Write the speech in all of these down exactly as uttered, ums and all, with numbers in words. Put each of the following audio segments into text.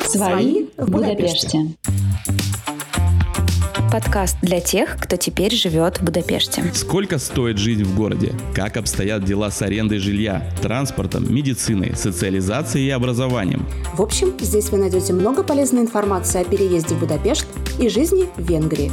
Свои в Будапеште. Подкаст для тех, кто теперь живет в Будапеште. Сколько стоит жизнь в городе? Как обстоят дела с арендой жилья, транспортом, медициной, социализацией и образованием? В общем, здесь вы найдете много полезной информации о переезде в Будапешт и жизни в Венгрии.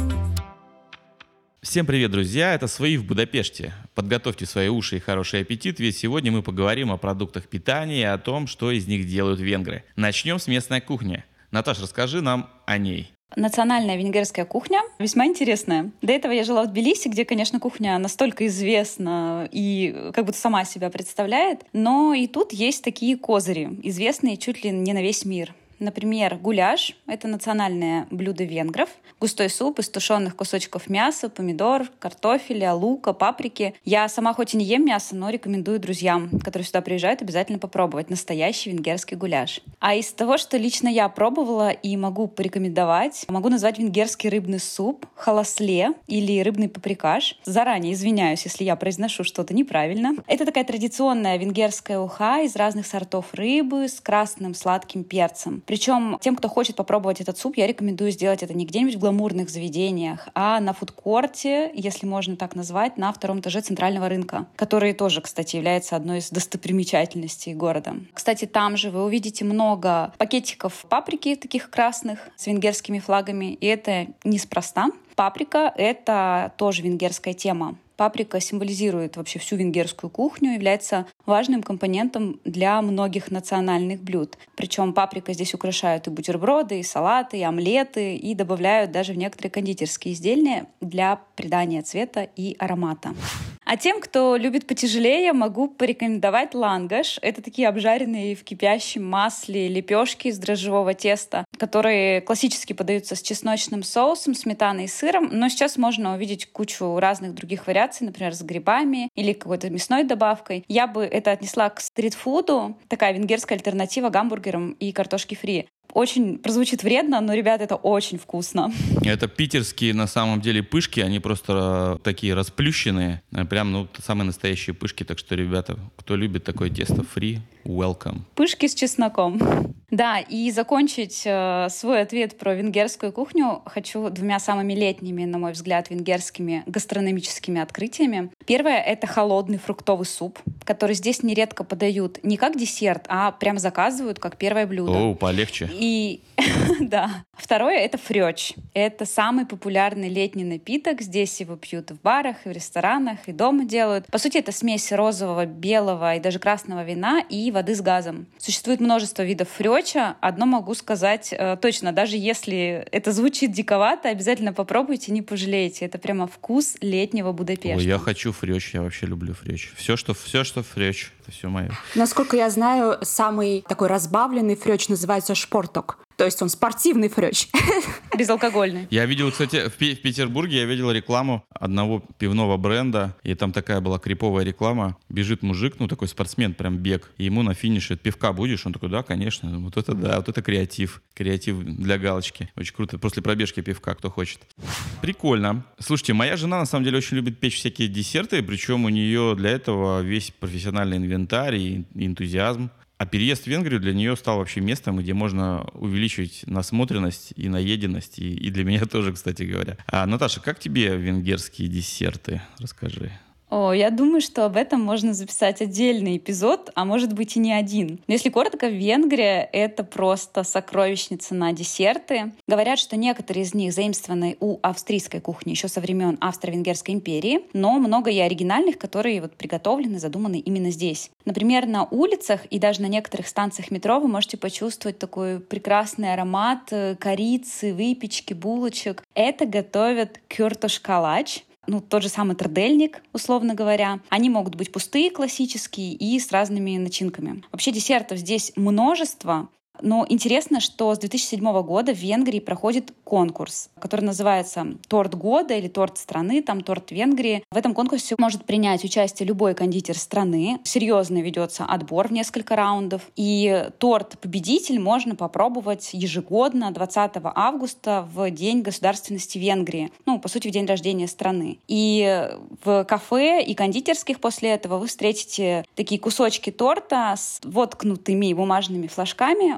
Всем привет, друзья! Это «Свои в Будапеште». Подготовьте свои уши и хороший аппетит, ведь сегодня мы поговорим о продуктах питания и о том, что из них делают венгры. Начнем с местной кухни. Наташ, расскажи нам о ней. Национальная венгерская кухня весьма интересная. До этого я жила в Тбилиси, где, конечно, кухня настолько известна и как будто сама себя представляет, но и тут есть такие козыри, известные чуть ли не на весь мир. Например, гуляш — это национальное блюдо венгров. Густой суп из тушеных кусочков мяса, помидор, картофеля, лука, паприки. Я сама хоть и не ем мясо, но рекомендую друзьям, которые сюда приезжают, обязательно попробовать настоящий венгерский гуляш. А из того, что лично я пробовала и могу порекомендовать, могу назвать венгерский рыбный суп, халасле или рыбный паприкаш. Заранее извиняюсь, если я произношу что-то неправильно. Это такая традиционная венгерская уха из разных сортов рыбы с красным сладким перцем. Причем тем, кто хочет попробовать этот суп, я рекомендую сделать это не где-нибудь в гламурных заведениях, а на фудкорте, если можно так назвать, на втором этаже центрального рынка, который тоже, кстати, является одной из достопримечательностей города. Кстати, там же вы увидите много пакетиков паприки, таких красных, с венгерскими флагами, и это неспроста. Паприка — это тоже венгерская тема. Паприка символизирует вообще всю венгерскую кухню, является важным компонентом для многих национальных блюд. Причем паприка здесь украшают и бутерброды, и салаты, и омлеты, и добавляют даже в некоторые кондитерские изделия для придания цвета и аромата. А тем, кто любит потяжелее, могу порекомендовать лангаш. Это такие обжаренные в кипящем масле лепешки из дрожжевого теста, которые классически подаются с чесночным соусом, сметаной и сыром, но сейчас можно увидеть кучу разных других вариаций, например, с грибами или какой-то мясной добавкой. Я бы это отнесла к стритфуду, такая венгерская альтернатива гамбургерам и картошке фри. Очень прозвучит вредно, но, ребята, это очень вкусно. Это питерские, на самом деле, пышки, они просто такие расплющенные, прям, ну, самые настоящие пышки, так что, ребята, кто любит такое тесто фри, welcome. Пышки с чесноком. Да, и закончить э, свой ответ про венгерскую кухню хочу двумя самыми летними, на мой взгляд, венгерскими гастрономическими открытиями. Первое — это холодный фруктовый суп, который здесь нередко подают не как десерт, а прям заказывают как первое блюдо. О, полегче. И да. Второе — это фрёч. Это самый популярный летний напиток. Здесь его пьют и в барах, и в ресторанах, и дома делают. По сути, это смесь розового, белого и даже красного вина и воды с газом. Существует множество видов фрёча. Одно могу сказать э, точно, даже если это звучит диковато, обязательно попробуйте, не пожалеете. Это прямо вкус летнего Будапешта. Ой, я хочу фрёч, я вообще люблю фрёч. Все, что, все, что фрёч, это все мое. Насколько я знаю, самый такой разбавленный фрёч называется шпорток. То есть он спортивный фрёч. Безалкогольный. Я видел, кстати, в, Пи- в Петербурге я видел рекламу одного пивного бренда, и там такая была криповая реклама. Бежит мужик, ну такой спортсмен, прям бег, и ему на финише: пивка будешь? Он такой: да, конечно. Вот это да, вот это креатив. Креатив для галочки. Очень круто. После пробежки пивка, кто хочет. Прикольно. Слушайте, моя жена на самом деле очень любит печь всякие десерты, причем у нее для этого весь профессиональный инвентарь и энтузиазм. А переезд в Венгрию для нее стал вообще местом, где можно увеличивать насмотренность и наеденность, и, и для меня тоже, кстати говоря. А, Наташа, как тебе венгерские десерты? Расскажи. О, я думаю, что об этом можно записать отдельный эпизод, а может быть и не один. Но если коротко, Венгрия — это просто сокровищница на десерты. Говорят, что некоторые из них заимствованы у австрийской кухни еще со времен Австро-Венгерской империи, но много и оригинальных, которые вот приготовлены, задуманы именно здесь. Например, на улицах и даже на некоторых станциях метро вы можете почувствовать такой прекрасный аромат корицы, выпечки, булочек. Это готовят кюртош-калач. Ну, тот же самый трдельник, условно говоря. Они могут быть пустые, классические, и с разными начинками. Вообще десертов здесь множество. Но интересно, что с две тысячи седьмого года в Венгрии проходит конкурс, который называется «Торт года» или «Торт страны», там «Торт Венгрии». В этом конкурсе может принять участие любой кондитер страны. Серьезно ведется отбор в несколько раундов. И торт-победитель можно попробовать ежегодно двадцатого августа в День государственности Венгрии. Ну, по сути, в день рождения страны. И в кафе и кондитерских после этого вы встретите такие кусочки торта с воткнутыми бумажными флажками,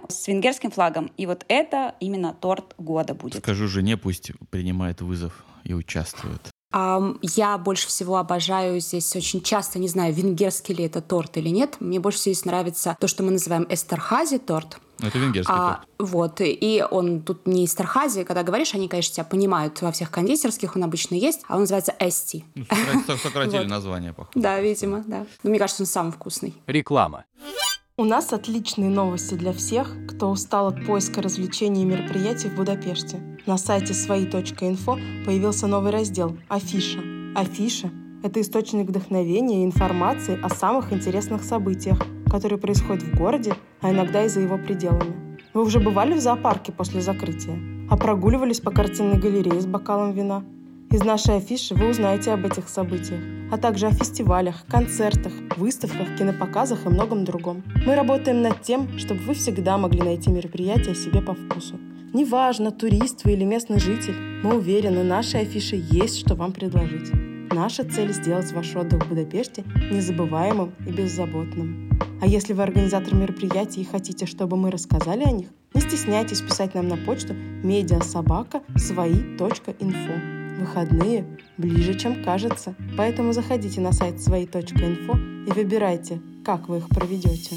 с венгерским флагом. И вот это именно торт года будет. Скажу жене, пусть принимает вызов и участвует. А, я больше всего обожаю здесь очень часто, не знаю, венгерский ли это торт или нет, мне больше всего здесь нравится то, что мы называем эстерхази торт. Это венгерский а, торт. Вот, и он тут не эстерхази, когда говоришь, они, конечно, тебя понимают, во всех кондитерских он обычно есть, а он называется эсти. Ну, сократили название, походу. Да, видимо, да. Но мне кажется, он самый вкусный. Реклама. У нас отличные новости для всех, кто устал от поиска развлечений и мероприятий в Будапеште. На сайте свои точка инфо появился новый раздел «Афиша». Афиша – это источник вдохновения и информации о самых интересных событиях, которые происходят в городе, а иногда и за его пределами. Вы уже бывали в зоопарке после закрытия? А прогуливались по картинной галерее с бокалом вина? Из нашей афиши вы узнаете об этих событиях, а также о фестивалях, концертах, выставках, кинопоказах и многом другом. Мы работаем над тем, чтобы вы всегда могли найти мероприятие себе по вкусу. Неважно, турист вы или местный житель, мы уверены, нашей афише есть что вам предложить. Наша цель – сделать ваш отдых в Будапеште незабываемым и беззаботным. А если вы организатор мероприятий и хотите, чтобы мы рассказали о них, не стесняйтесь писать нам на почту медиасобака свои точка инфо. Выходные ближе, чем кажется. Поэтому заходите на сайт свои точка инфо и выбирайте, как вы их проведете.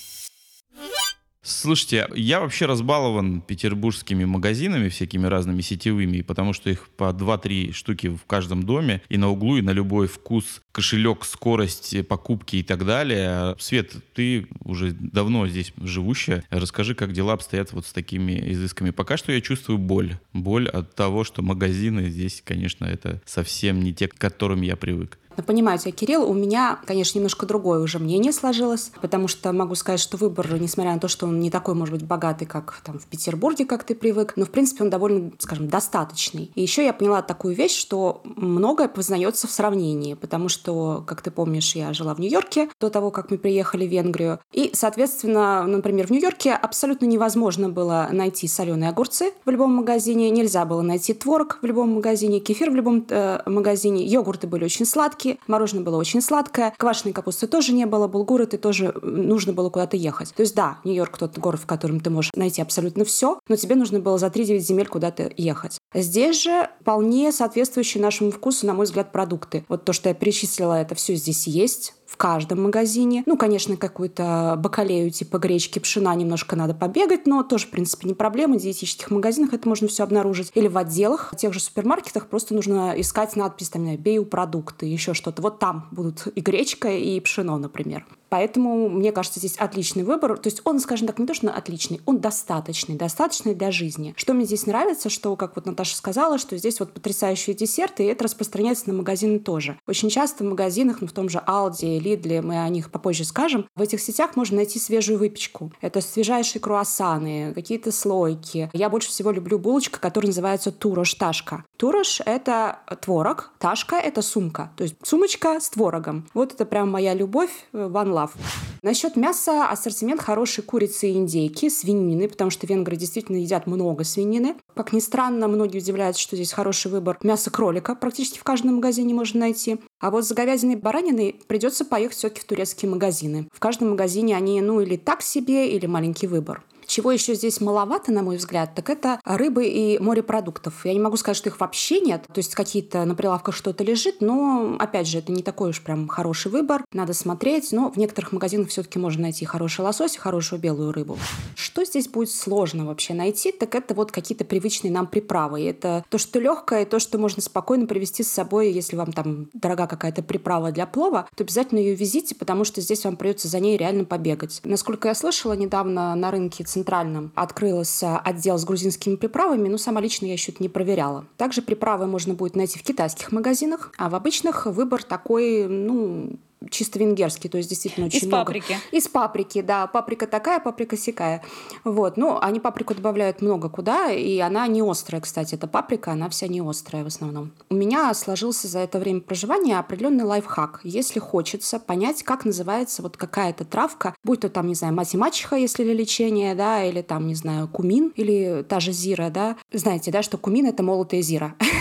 Слушайте, я вообще разбалован петербургскими магазинами, всякими разными сетевыми, потому что их по два-три штуки в каждом доме, и на углу, и на любой вкус, кошелек, скорость покупки и так далее. Свет, ты уже давно здесь живущая, расскажи, как дела обстоят вот с такими изысками. Пока что я чувствую боль. Боль от того, что магазины здесь, конечно, это совсем не те, к которым я привык. Но понимаю тебя, Кирилл, у меня, конечно, немножко другое уже мнение сложилось, потому что могу сказать, что выбор, несмотря на то, что он не такой, может быть, богатый, как там в Петербурге, как ты привык, но, в принципе, он довольно, скажем, достаточный. И еще я поняла такую вещь, что многое познается в сравнении, потому что, как ты помнишь, я жила в Нью-Йорке до того, как мы приехали в Венгрию, и, соответственно, например, в Нью-Йорке абсолютно невозможно было найти соленые огурцы в любом магазине, нельзя было найти творог в любом магазине, кефир в любом э, магазине, йогурты были очень сладкие, мороженое было очень сладкое, квашеной капусты тоже не было, булгуры ты тоже нужно было куда-то ехать. То есть да, Нью-Йорк тот город, в котором ты можешь найти абсолютно все, но тебе нужно было за три-девять земель куда-то ехать. Здесь же вполне соответствующие нашему вкусу, на мой взгляд, продукты. Вот то, что я перечислила, это все здесь есть. В каждом магазине. Ну, конечно, какую-то бакалею типа гречки, пшена немножко надо побегать, но тоже, в принципе, не проблема. В диетических магазинах это можно все обнаружить. Или в отделах, в тех же супермаркетах просто нужно искать надпись, там, биопродукты, еще что-то. Вот там будут и гречка, и пшено, например. Поэтому, мне кажется, здесь отличный выбор. То есть он, скажем так, не то, что отличный, он достаточный, достаточный для жизни. Что мне здесь нравится, что, как вот Наташа сказала, что здесь вот потрясающие десерты, и это распространяется на магазины тоже. Очень часто в магазинах, ну, в том же Алди, Лидле, мы о них попозже скажем, в этих сетях можно найти свежую выпечку. Это свежайшие круассаны, какие-то слойки. Я больше всего люблю булочку, которая называется турош-ташка. Турош — это творог, ташка — это сумка. То есть сумочка с творогом. Вот это прям моя любовь, one love. Насчет мяса ассортимент хороший курицы и индейки, свинины, потому что венгры действительно едят много свинины. Как ни странно, многие удивляются, что здесь хороший выбор мяса кролика практически в каждом магазине можно найти. А вот за говядиной и бараниной придется поехать все-таки в турецкие магазины. В каждом магазине они, ну, или так себе, или маленький выбор. Чего еще здесь маловато, на мой взгляд, так это рыбы и морепродуктов. Я не могу сказать, что их вообще нет. То есть какие-то на прилавках что-то лежит, но, опять же, это не такой уж прям хороший выбор. Надо смотреть, но в некоторых магазинах все-таки можно найти хороший лосось и хорошую белую рыбу. Что здесь будет сложно вообще найти, так это вот какие-то привычные нам приправы. И это то, что легкое, то, что можно спокойно привезти с собой. Если вам там дорога какая-то приправа для плова, то обязательно ее везите, потому что здесь вам придется за ней реально побегать. Насколько я слышала, недавно на рынке центральном открылся отдел с грузинскими приправами, но сама лично я еще это не проверяла. Также приправы можно будет найти в китайских магазинах, а в обычных выбор такой, ну, чисто венгерский, то есть действительно очень Из много. паприки. Из паприки, да. Паприка такая, паприка сякая. Вот. Ну, они паприку добавляют много куда, и она не острая, кстати. Эта паприка, она вся не острая в основном. У меня сложился за это время проживания определенный лайфхак. Если хочется понять, как называется вот какая-то травка, будь то там, не знаю, мать и мачеха, если для лечения, да, или там, не знаю, кумин, или та же зира, да. Знаете, да, что кумин — это молотая зира.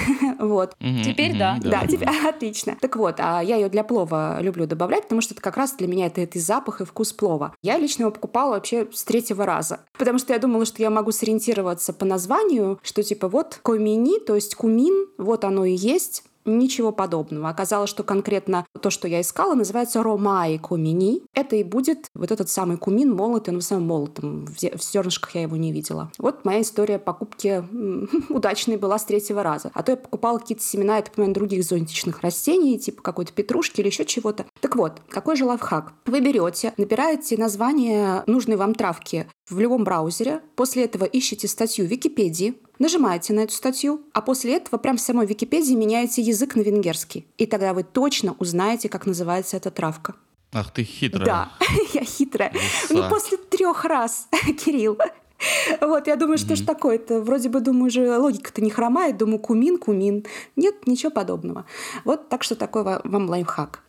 Вот. Мгм, Теперь мгм, да. Да, теперь отлично. Так вот, а я ее для плова люблю добавлять, потому что это как раз для меня это, это и запах, и вкус плова. Я лично его покупала вообще с третьего раза, потому что я думала, что я могу сориентироваться по названию, что типа вот комини, то есть кумин, вот оно и есть. Ничего подобного. Оказалось, что конкретно то, что я искала, называется ромай кумини. Это и будет вот этот самый кумин молотый, он в основном молотым. В зе- в зернышках я его не видела. Вот моя история покупки м, удачной была с третьего раза. А то я покупала какие-то семена, я так понимаю, других зонтичных растений, типа какой-то петрушки или еще чего-то. Так вот, какой же лайфхак? Вы берете, набираете название нужной вам травки в любом браузере, после этого ищете статью в Википедии, нажимаете на эту статью, а после этого прямо в самой Википедии меняете язык на венгерский. И тогда вы точно узнаете, как называется эта травка. Ах ты хитрая. Да, я хитрая. Лиса. Ну, после трех раз, Кирилл. Вот, я думаю, что ж такое-то? Вроде бы, думаю, же логика-то не хромает. Думаю, кумин, кумин. Нет, ничего подобного. Вот так что такой ва- вам лайфхак.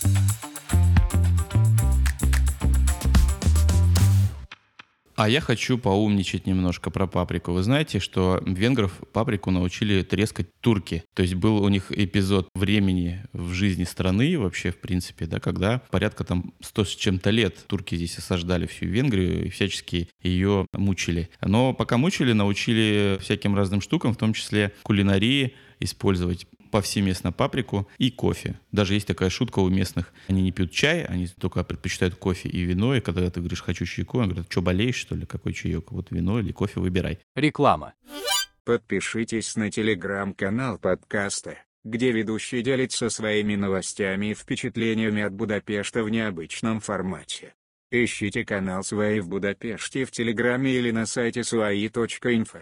А я хочу поумничать немножко про паприку. Вы знаете, что венгров паприку научили трескать турки. То есть был у них эпизод времени в жизни страны вообще, в принципе, да, когда порядка там сто с чем-то лет турки здесь осаждали всю Венгрию и всячески ее мучили. Но пока мучили, научили всяким разным штукам, в том числе кулинарии, использовать повсеместно паприку и кофе. Даже есть такая шутка у местных. Они не пьют чай, они только предпочитают кофе и вино. И когда ты говоришь «хочу чайку», они говорят: что, болеешь, что ли? Какой чаек? Вот вино или кофе выбирай. Реклама. Подпишитесь на телеграм-канал подкаста, где ведущий делится своими новостями и впечатлениями от Будапешта в необычном формате. Ищите канал «Свои в Будапеште» в Телеграме или на сайте свои точка инфо.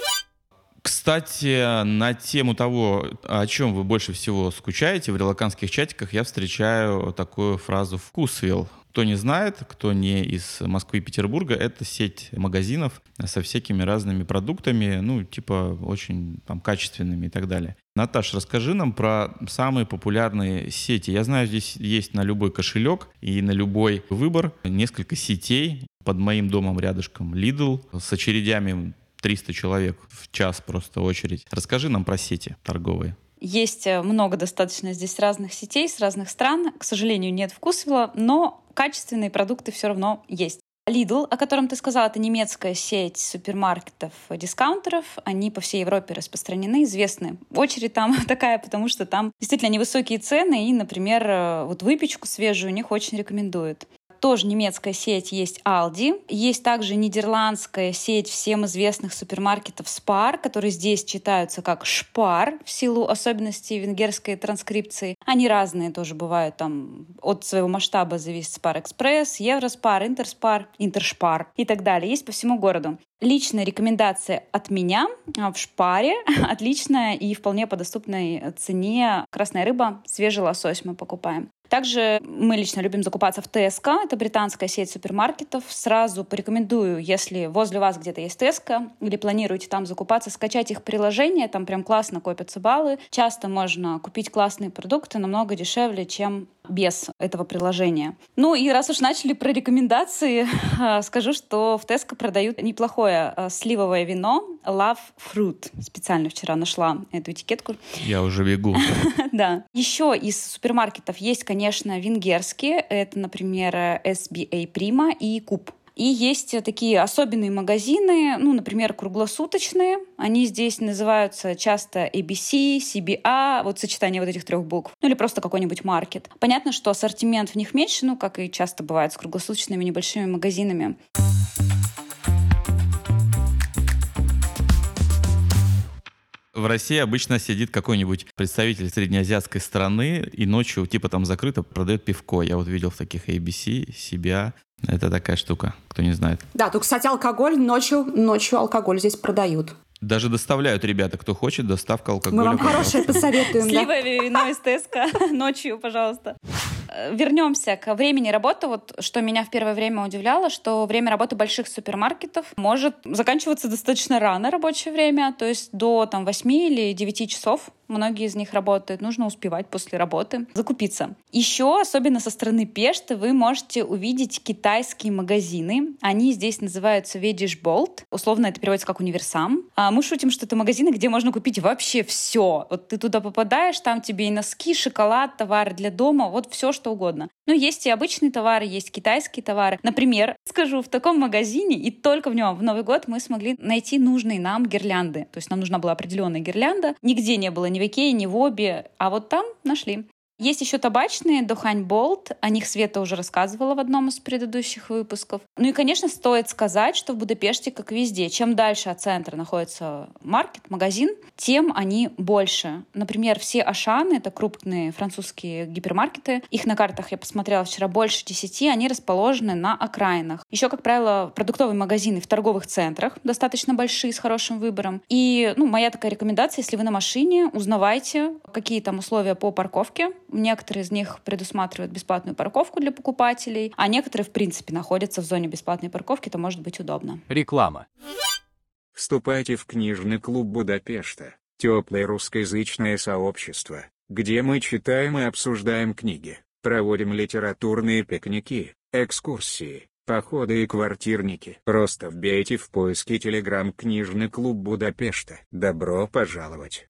Кстати, на тему того, о чем вы больше всего скучаете, в релаканских чатиках я встречаю такую фразу «вкусвилл». Кто не знает, кто не из Москвы и Петербурга, это сеть магазинов со всякими разными продуктами, ну, типа очень там качественными и так далее. Наташ, расскажи нам про самые популярные сети. Я знаю, здесь есть на любой кошелек и на любой выбор несколько сетей. Под моим домом рядышком Lidl с очередями триста человек в час просто очередь. Расскажи нам про сети торговые. Есть много достаточно здесь разных сетей с разных стран. К сожалению, нет вкусвилла, но качественные продукты все равно есть. Lidl, о котором ты сказала, это немецкая сеть супермаркетов, дискаунтеров. Они по всей Европе распространены, известны. Очередь там такая, потому что там действительно невысокие цены, и, например, вот выпечку свежую у них очень рекомендуют. Тоже немецкая сеть есть Aldi. Есть также нидерландская сеть всем известных супермаркетов Spar, которые здесь читаются как Spar в силу особенностей венгерской транскрипции. Они разные тоже бывают, там от своего масштаба зависит Spar Express, Eurospar, Interspar, Interspar и так далее. Есть по всему городу. Личная рекомендация от меня в Шпаре. Отличная и вполне по доступной цене красная рыба, свежий лосось мы покупаем. Также мы лично любим закупаться в Tesco. Это британская сеть супермаркетов. Сразу порекомендую, если возле вас где-то есть Tesco или планируете там закупаться, скачать их приложение. Там прям классно копятся баллы. Часто можно купить классные продукты намного дешевле, чем без этого приложения. Ну и раз уж начали про рекомендации, скажу, что в Tesco продают неплохое сливовое вино Love Fruit. Специально вчера нашла эту этикетку. Я уже бегу. Да. Еще из супермаркетов есть, конечно, венгерские. Это, например, эс би эй Prima и Coop. И есть такие особенные магазины, ну, например, круглосуточные. Они здесь называются часто эй би си, си би эй, вот сочетание вот этих трех букв. Ну, или просто какой-нибудь маркет. Понятно, что ассортимент в них меньше, ну, как и часто бывает с круглосуточными небольшими магазинами. В России обычно сидит какой-нибудь представитель среднеазиатской страны и ночью, типа там закрыто, продает пивко. Я вот видел в таких эй би си, си би эй. Это такая штука, кто не знает. Да, тут, кстати, алкоголь ночью, ночью алкоголь здесь продают. Даже доставляют, ребята, кто хочет, доставка алкоголя. Мы вам пожалуйста. хорошее посоветуем, да? Сливовое вино из Теска ночью, пожалуйста. Вернемся к времени работы. Вот что меня в первое время удивляло, что время работы больших супермаркетов может заканчиваться достаточно рано рабочее время, то есть до там, восьми или девяти часов. многие из них работают, нужно успевать после работы закупиться. Еще, особенно со стороны Пешты, вы можете увидеть китайские магазины. Они здесь называются Veggies Bolt. Условно это переводится как универсам. А мы шутим, что это магазины, где можно купить вообще все. Вот ты туда попадаешь, там тебе и носки, шоколад, товары для дома, вот все что угодно. Но есть и обычные товары, есть китайские товары. Например, скажу, в таком магазине, и только в нем в Новый год мы смогли найти нужные нам гирлянды. То есть нам нужна была определенная гирлянда. Нигде не было ни в Икее, ни в Обе, а вот там нашли. Есть еще табачные, Дохань Болт. О них Света уже рассказывала в одном из предыдущих выпусков. Ну и, конечно, стоит сказать, что в Будапеште, как везде, чем дальше от центра находится маркет, магазин, тем они больше. Например, все Ашаны, это крупные французские гипермаркеты, их на картах я посмотрела вчера больше десяти, они расположены на окраинах. Еще, как правило, продуктовые магазины в торговых центрах достаточно большие, с хорошим выбором. И ну, моя такая рекомендация, если вы на машине, узнавайте, какие там условия по парковке. Некоторые из них предусматривают бесплатную парковку для покупателей, а некоторые, в принципе, находятся в зоне бесплатной парковки, это может быть удобно. Реклама. Вступайте в книжный клуб Будапешта, теплое русскоязычное сообщество, где мы читаем и обсуждаем книги, проводим литературные пикники, экскурсии, походы и квартирники. Просто вбейте в поиске Telegram «Книжный клуб Будапешта». Добро пожаловать!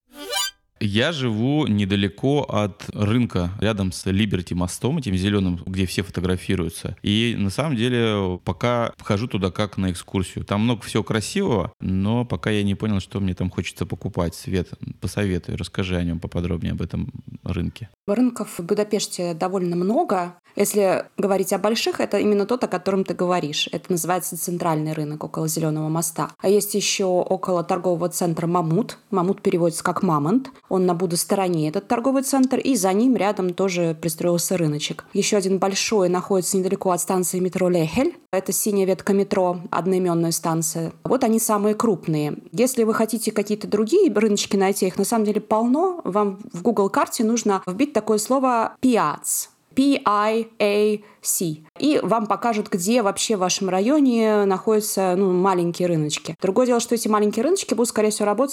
Я живу недалеко от рынка, рядом с Либерти мостом, этим зеленым, где все фотографируются. И на самом деле пока хожу туда как на экскурсию. Там много всего красивого, но пока я не понял, что мне там хочется покупать. Свет, посоветуй, расскажи о нем поподробнее, об этом рынке. Рынков в Будапеште довольно много. Если говорить о больших, это именно тот, о котором ты говоришь. Это называется центральный рынок около Зеленого моста. А есть еще около торгового центра Мамут. Мамут переводится как мамонт. Он на Буда-стороне, этот торговый центр, и за ним рядом тоже пристроился рыночек. Еще один большой находится недалеко от станции метро Лехель. Это синяя ветка метро, одноименная станция. Вот они самые крупные. Если вы хотите какие-то другие рыночки найти, их на самом деле полно. Вам в Google карте нужно вбить такое слово «пиац». пи ай эй си. И вам покажут, где вообще в вашем районе находятся ну, маленькие рыночки. Другое дело, что эти маленькие рыночки будут, скорее всего, работать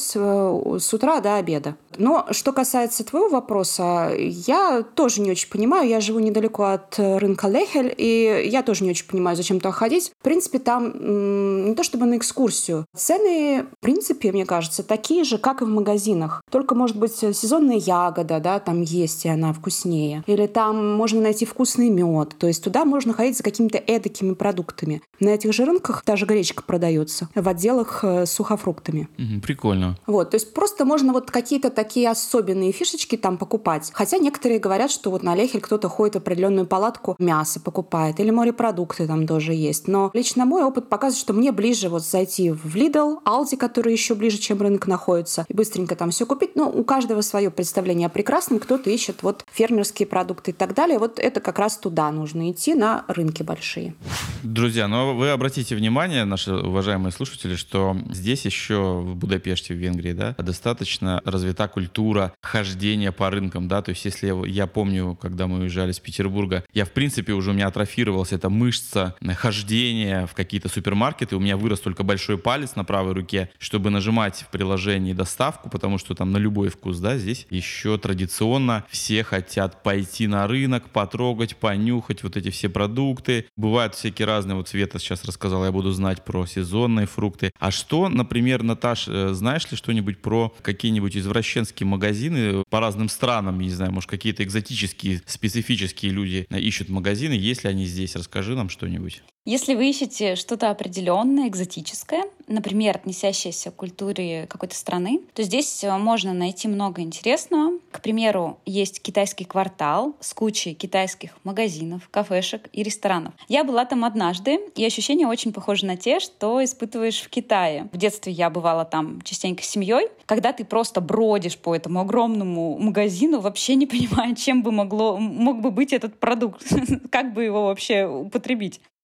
с утра до обеда. Но что касается твоего вопроса, я тоже не очень понимаю. Я живу недалеко от рынка Лехель, и я тоже не очень понимаю, зачем туда ходить. В принципе, там м- не то чтобы на экскурсию. Цены, в принципе, мне кажется, такие же, как и в магазинах. Только, может быть, сезонная ягода, да, там есть, и она вкуснее. Или там можно найти вкусный мед. То есть туда можно ходить за какими-то эдакими продуктами. На этих же рынках даже гречка продается в отделах с сухофруктами. Угу, прикольно. Вот, то есть просто можно вот какие-то такие особенные фишечки там покупать. Хотя некоторые говорят, что вот на Лехель кто-то ходит в определенную палатку, мясо покупает, или морепродукты там тоже есть. Но лично мой опыт показывает, что мне ближе вот зайти в Lidl, Aldi, который еще ближе, чем рынок находится, и быстренько там все купить. Но у каждого свое представление о прекрасном. Кто-то ищет вот фермерские продукты и так далее. Вот это как раз туда нужно идти, на рынки большие. Друзья, ну вы обратите внимание, наши уважаемые слушатели, что здесь еще в Будапеште, в Венгрии, да, достаточно развита культура хождения по рынкам, да, то есть если я, я помню, когда мы уезжали из Петербурга, я в принципе уже у меня атрофировалась эта мышца хождения в какие-то супермаркеты, у меня вырос только большой палец на правой руке, чтобы нажимать в приложении доставку, потому что там на любой вкус, да, здесь еще традиционно все хотят пойти на рынок, потрогать, понюхать вот эти все продукты. Бывают всякие разные, вот Света сейчас рассказала, я буду знать про сезонные фрукты. А что, например, Наташ, знаешь ли что-нибудь про какие-нибудь извращенские магазины по разным странам, не знаю, может, какие-то экзотические, специфические люди ищут магазины, есть ли они здесь? Расскажи нам что-нибудь. Если вы ищете что-то определенное, экзотическое, например, относящееся к культуре какой-то страны, то здесь можно найти много интересного. К примеру, есть китайский квартал с кучей китайских магазинов, кафешек и ресторанов. Я была там однажды, и ощущения очень похожи на те, что испытываешь в Китае. В детстве я бывала там частенько с семьей. Когда ты просто бродишь по этому огромному магазину, вообще не понимая, чем бы могло, мог бы быть этот продукт, как бы его вообще употребить.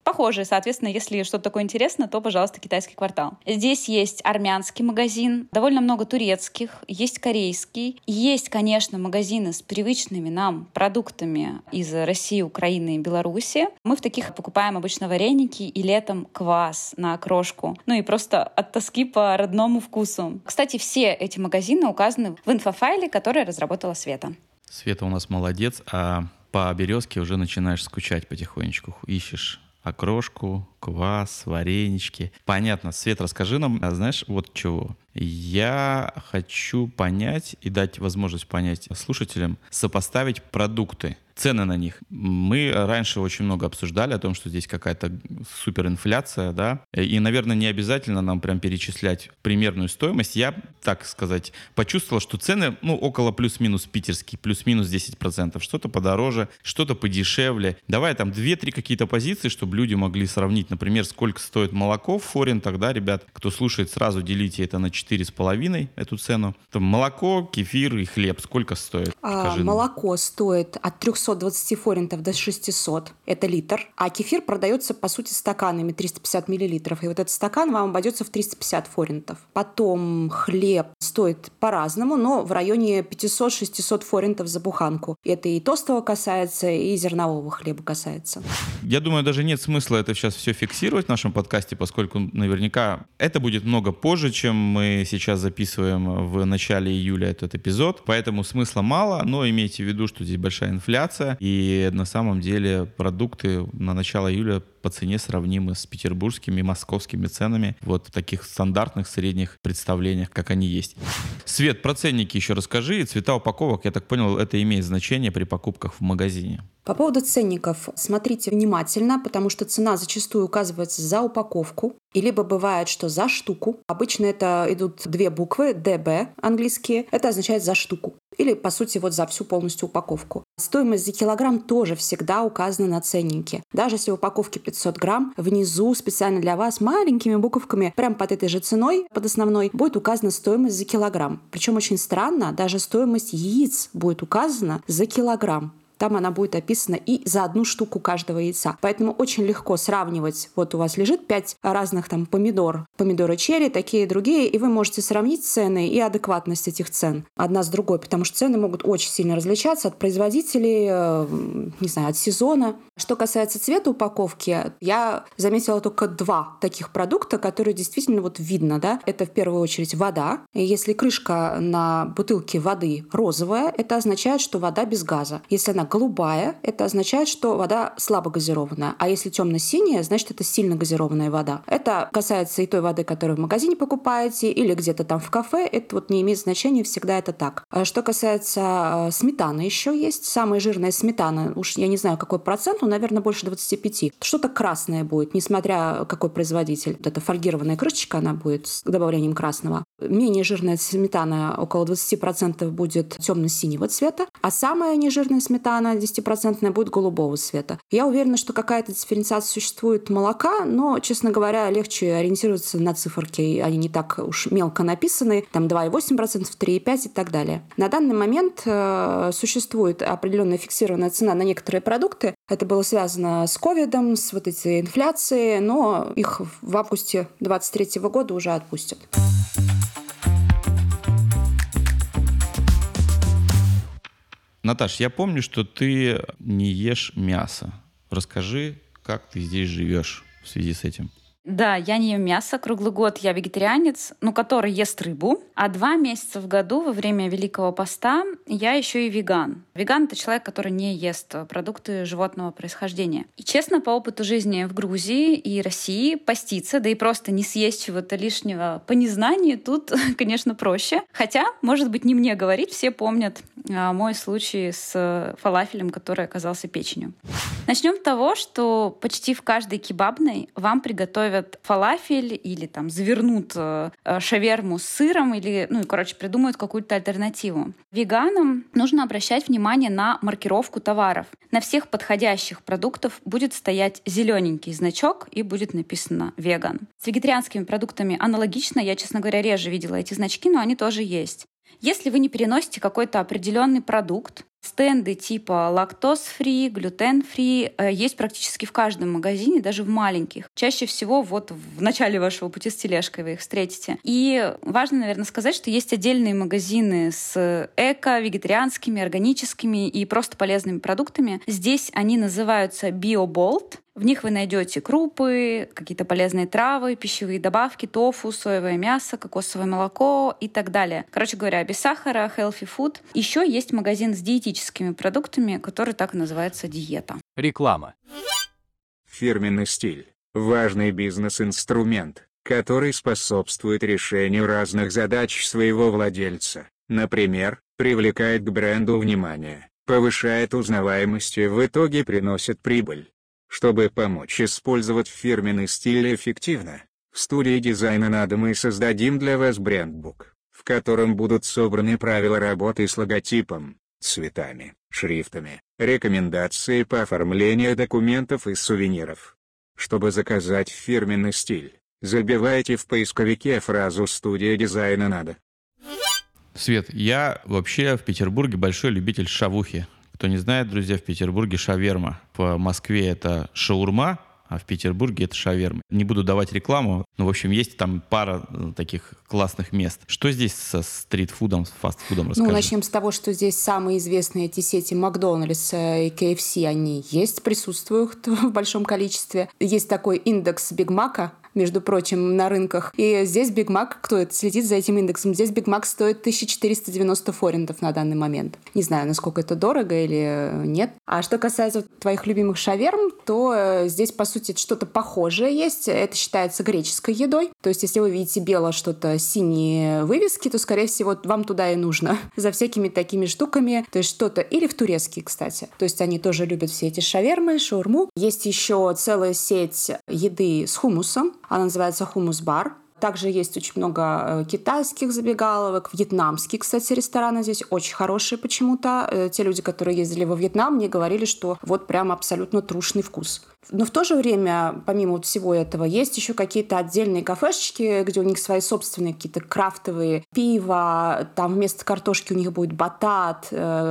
похожие. Соответственно, если что-то такое интересно, то, пожалуйста, китайский квартал. Здесь есть армянский магазин, довольно много турецких, есть корейский. Есть, конечно, магазины с привычными нам продуктами из России, Украины и Беларуси. Мы в таких покупаем обычно вареники и летом квас на окрошку. Ну и просто от тоски по родному вкусу. Кстати, все эти магазины указаны в инфофайле, который разработала Света. Света у нас молодец, а по «Березке» уже начинаешь скучать потихонечку. Ищешь окрошку, квас, варенички. Понятно. Свет, расскажи нам, а знаешь, вот чего. Я хочу понять и дать возможность понять слушателям, сопоставить продукты, цены на них. Мы раньше очень много обсуждали о том, что здесь какая-то суперинфляция, да, и, наверное, не обязательно нам прям перечислять примерную стоимость. Я, так сказать, почувствовал, что цены, ну, около плюс-минус питерские, плюс-минус десять процентов. Что-то подороже, что-то подешевле. Давай там две-три какие-то позиции, чтобы люди могли сравнить. Например, сколько стоит молоко в форин, тогда, ребят, кто слушает, сразу делите это на четыре с половиной, эту цену. Там молоко, кефир и хлеб. Сколько стоит? А, молоко стоит от трехсот двадцати форинтов до шестисот. Это литр. А кефир продается, по сути, стаканами триста пятьдесят миллилитров. И вот этот стакан вам обойдется в триста пятьдесят форинтов. Потом хлеб стоит по-разному, но в районе пятьсот-шестьсот форинтов за буханку. Это и тостового касается, и зернового хлеба касается. Я думаю, даже нет смысла это сейчас все фиксировать в нашем подкасте, поскольку наверняка это будет много позже, чем мы сейчас записываем в начале июля этот эпизод. Поэтому смысла мало, но имейте в виду, что здесь большая инфляция, и на самом деле продукты на начало июля по цене сравнимы с петербургскими и московскими ценами вот в таких стандартных средних представлениях, как они есть. Свет, про ценники еще расскажи. И цвета упаковок, я так понял, это имеет значение при покупках в магазине. По поводу ценников смотрите внимательно, потому что цена зачастую указывается за упаковку, и либо бывает, что за штуку. Обычно это идут две буквы, ди би английские, это означает за штуку. Или, по сути, вот за всю полностью упаковку. Стоимость за килограмм тоже всегда указана на ценнике. Даже если в упаковке пятьсот грамм, внизу специально для вас маленькими буковками, прямо под этой же ценой, под основной, будет указана стоимость за килограмм. Причем очень странно, даже стоимость яиц будет указана за килограмм. Там она будет описана и за одну штуку каждого яйца. Поэтому очень легко сравнивать. Вот у вас лежит пять разных там помидор, помидоры черри, такие и другие, и вы можете сравнить цены и адекватность этих цен одна с другой, потому что цены могут очень сильно различаться от производителей, не знаю, от сезона. Что касается цвета упаковки, я заметила только два таких продукта, которые действительно вот видно, да. Это в первую очередь вода. И если крышка на бутылке воды розовая, это означает, что вода без газа. Если она голубая, это означает, что вода слабо газированная. А если темно-синяя, значит, это сильно газированная вода. Это касается и той воды, которую в магазине покупаете, или где-то там в кафе. Это вот не имеет значения, всегда это так. Что касается сметаны, еще есть. Самая жирная сметана, уж я не знаю, какой процент, но, наверное, больше двадцать пять. Что-то красное будет, несмотря какой производитель. Вот эта фольгированная крышечка, она будет с добавлением красного. Менее жирная сметана, около двадцать процентов, будет темно-синего цвета. А самая нежирная сметана, десять процентов, будет голубого цвета. Я уверена, что какая-то дифференциация существует молока, но, честно говоря, легче ориентироваться на циферки. Они не так уж мелко написаны. Там два и восемь процентов, три и пять процентов и так далее. На данный момент э, существует определенная фиксированная цена на некоторые продукты. Это было связано с ковидом, с вот этой инфляцией, но их в августе двадцать третьего года уже отпустят. Наташ, я помню, что ты не ешь мясо. Расскажи, как ты здесь живешь в связи с этим. Да, я не ем мясо. Круглый год я вегетарианец, ну, который ест рыбу. А два месяца в году во время Великого Поста я еще и веган. Веган — это человек, который не ест продукты животного происхождения. И честно, по опыту жизни в Грузии и России поститься, да и просто не съесть чего-то лишнего по незнанию тут, конечно, проще. Хотя, может быть, не мне говорить, все помнят а, мой случай с фалафелем, который оказался печенью. Начнем с того, что почти в каждой кебабной вам приготовят фалафель или там завернут э, шаверму с сыром или, ну и, короче, придумают какую-то альтернативу. Веганам нужно обращать внимание на маркировку товаров. На всех подходящих продуктов будет стоять зелененький значок и будет написано «веган». С вегетарианскими продуктами аналогично. Я, честно говоря, реже видела эти значки, но они тоже есть. Если вы не переносите какой-то определенный продукт, Стенды типа лактоз-фри, глютен-фри есть практически в каждом магазине, даже в маленьких. Чаще всего вот в начале вашего пути с тележкой вы их встретите. И важно, наверное, сказать, что есть отдельные магазины с эко, вегетарианскими, органическими и просто полезными продуктами. Здесь они называются BioBold. В них вы найдете крупы, какие-то полезные травы, пищевые добавки, тофу, соевое мясо, кокосовое молоко и так далее. Короче говоря, без сахара, healthy food. Еще есть магазин с диетическими продуктами, который так и называется «Диета». Реклама. Фирменный стиль – важный бизнес-инструмент, который способствует решению разных задач своего владельца. Например, привлекает к бренду внимание, повышает узнаваемость и в итоге приносит прибыль. Чтобы помочь использовать фирменный стиль эффективно, в студии дизайна надо мы создадим для вас брендбук, в котором будут собраны правила работы с логотипом, цветами, шрифтами, рекомендации по оформлению документов и сувениров. Чтобы заказать фирменный стиль, забивайте в поисковике фразу «студия дизайна надо». Свет, я вообще в Петербурге большой любитель шавухи. Кто не знает, друзья, в Петербурге шаверма. В Москве это шаурма, а в Петербурге это шаверма. Не буду давать рекламу, но, в общем, есть там пара таких классных мест. Что здесь со стритфудом, с фастфудом, расскажи? Ну, начнем с того, что здесь самые известные эти сети Макдональдс и кей эф си, они есть, присутствуют в большом количестве. Есть такой индекс Биг Мака, между прочим, на рынках. И здесь Биг Мак, кто это следит за этим индексом, здесь Биг Мак стоит тысяча четыреста девяносто форинтов на данный момент. Не знаю, насколько это дорого или нет. А что касается твоих любимых шаверм, то здесь, по сути, что-то похожее есть. Это считается греческой едой. То есть, если вы видите белое что-то, синие вывески, то, скорее всего, вам туда и нужно. За всякими такими штуками. То есть, что-то... Или в турецкий, кстати. То есть, они тоже любят все эти шавермы, шаурму. Есть еще целая сеть еды с хумусом. Она называется хумус-бар. Также есть очень много китайских забегаловок, вьетнамские, кстати, рестораны здесь очень хорошие почему-то. Те люди, которые ездили во Вьетнам, мне говорили, что вот прям абсолютно трушный вкус. Но в то же время, помимо вот всего этого, есть еще какие-то отдельные кафешечки, где у них свои собственные какие-то крафтовые пиво, там вместо картошки у них будет батат,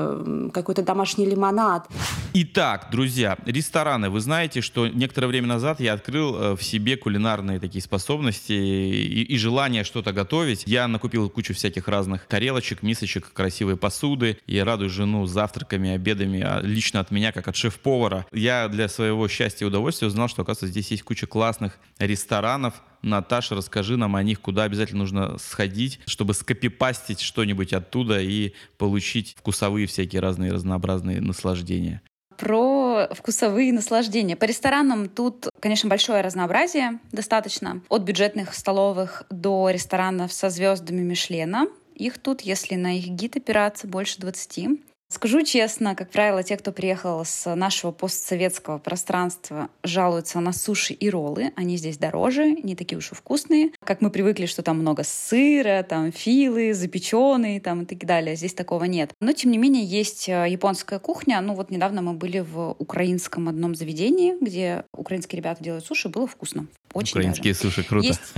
э, какой-то домашний лимонад. Итак, друзья, рестораны. Вы знаете, что некоторое время назад я открыл в себе кулинарные такие способности и, и желание что-то готовить. Я накупил кучу всяких разных тарелочек, мисочек, красивой посуды. Я радую жену завтраками, обедами, а лично от меня, как от шеф-повара. Я для своего счастья и удовольствия узнал, что, оказывается, здесь есть куча классных ресторанов. Наташа, расскажи нам о них, куда обязательно нужно сходить, чтобы скопипастить что-нибудь оттуда и получить вкусовые всякие разные разнообразные наслаждения. Про вкусовые наслаждения. По ресторанам тут, конечно, большое разнообразие достаточно. От бюджетных столовых до ресторанов со звездами Мишлена. Их тут, если на их гид опираться, больше двадцати. Скажу честно, как правило, те, кто приехал с нашего постсоветского пространства, жалуются на суши и роллы. Они здесь дороже, не такие уж и вкусные. Как мы привыкли, что там много сыра, там филы, запеченные там, и так далее. Здесь такого нет. Но, тем не менее, есть японская кухня. Ну вот недавно мы были в украинском одном заведении, где украинские ребята делают суши. Было вкусно. Очень Украинские даже. суши, круто. Есть...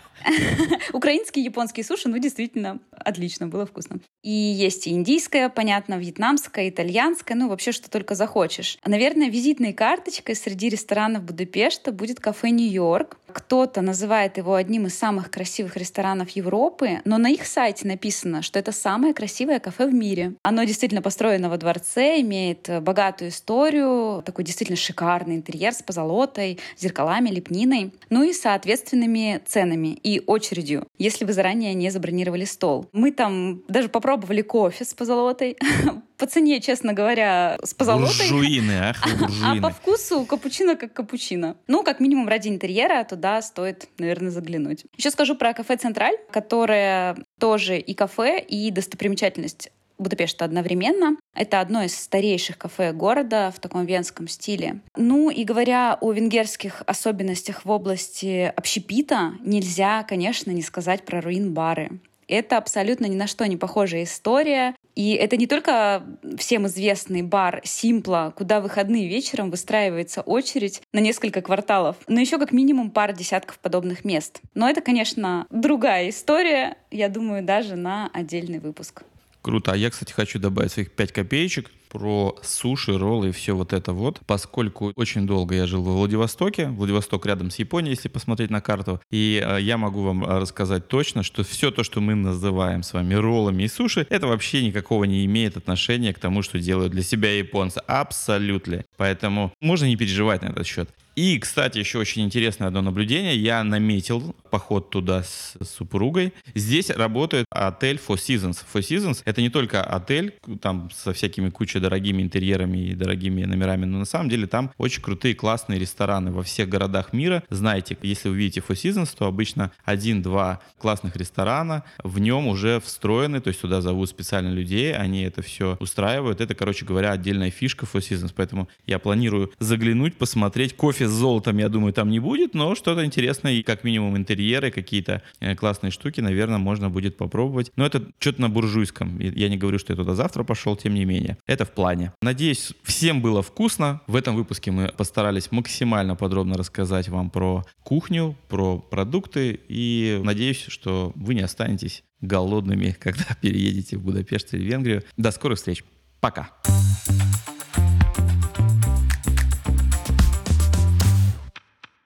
Украинские, японские суши, ну, действительно, отлично, было вкусно. И есть и индийская, понятно, вьетнамская, итальянская, ну, вообще, что только захочешь. Наверное, визитной карточкой среди ресторанов Будапешта будет кафе «Нью-Йорк». Кто-то называет его одним из самых красивых ресторанов Европы, но на их сайте написано, что это самое красивое кафе в мире. Оно действительно построено во дворце, имеет богатую историю, такой действительно шикарный интерьер с позолотой, зеркалами, лепниной, ну и соответственными ценами и очередью, если вы заранее не забронировали стол. Мы там даже попробовали кофе с позолотой. По цене, честно говоря, с позолотой. Буржуины, ах вы буржуины. А по вкусу капучино как капучино. Ну, как минимум ради интерьера туда стоит, наверное, заглянуть. Еще скажу про кафе «Централь», которое тоже и кафе, и достопримечательность Будапешта одновременно. Это одно из старейших кафе города в таком венском стиле. Ну и говоря о венгерских особенностях в области общепита, нельзя, конечно, не сказать про руин-бары. Это абсолютно ни на что не похожая история. И это не только всем известный бар Симпла, куда в выходные вечером выстраивается очередь на несколько кварталов, но еще как минимум пара десятков подобных мест. Но это, конечно, другая история, я думаю, даже на отдельный выпуск. Круто. А я, кстати, хочу добавить своих пять копеечек про суши, роллы и все вот это вот. Поскольку очень долго я жил во Владивостоке, Владивосток рядом с Японией, если посмотреть на карту, и э, я могу вам рассказать точно, что все то, что мы называем с вами роллами и суши, это вообще никакого не имеет отношения к тому, что делают для себя японцы. Абсолютно. Поэтому можно не переживать на этот счет. И, кстати, еще очень интересное одно наблюдение. Я наметил поход туда с супругой. Здесь работает отель Four Seasons. Four Seasons — это не только отель, там со всякими кучей дорогими интерьерами и дорогими номерами, но на самом деле там очень крутые, классные рестораны во всех городах мира. Знаете, если вы видите Four Seasons, то обычно один-два классных ресторана, в нем уже встроены, то есть туда зовут специально людей, они это все устраивают. Это, короче говоря, отдельная фишка Four Seasons, поэтому я планирую заглянуть, посмотреть. Кофе с золотом, я думаю, там не будет, но что-то интересное, и как минимум интерьеры, какие-то э, классные штуки, наверное, можно будет попробовать. Но это что-то на буржуйском. Я не говорю, что я туда завтра пошел, тем не менее. Это в плане. Надеюсь, всем было вкусно. В этом выпуске мы постарались максимально подробно рассказать вам про кухню, про продукты, и надеюсь, что вы не останетесь голодными, когда переедете в Будапешт или Венгрию. До скорых встреч. Пока.